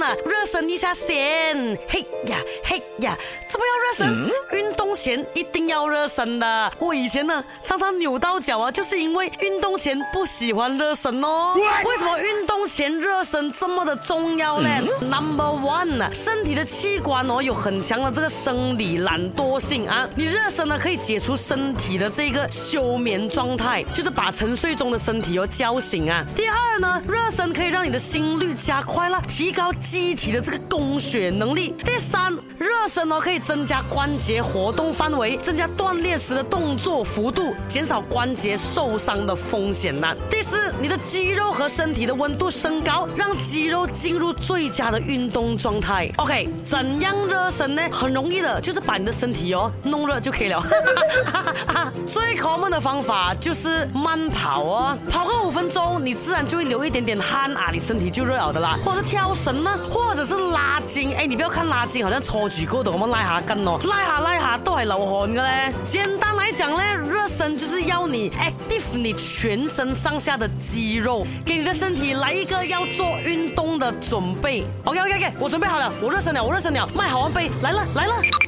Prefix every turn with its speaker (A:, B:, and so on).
A: 了，热身一下先。嘿呀，怎么要热身？运动前一定要热身的。我以前呢，常常扭到脚啊，就是因为运动前不喜欢热身哦。为什么运动前热身这么的重要呢？Number one， 身体的器官哦有很强的这个生理懒惰性啊。你热身呢，可以解除身体的这个休眠状态，就是把沉睡中的身体叫醒啊。第二呢，热身可以让你的心率加快了，提高机体的这个供血能力。第三，热身可以增加关节活动范围，增加锻炼时的动作幅度，减少关节受伤的风险呐。第四，你的肌肉和身体的温度升高，让肌肉进入最佳的运动状态。OK， 怎样热身呢？很容易的，就是把你的身体弄热就可以了。最 common 的方法就是慢跑哦，跑个5分钟，你自然就会流一点点汗啊，你身体就热了的啦。或者是跳绳呢，或者是拉筋。你不要看拉筋好像搓住嗰度咁樣拉下筋哦，拉下都係流汗嘅咧。簡單來講咧，熱身就是要你 active 你全身上下的肌肉，給你的身體來一個要做運動的準備。OK， 我準備好了，我熱身了，邁好完杯，來了。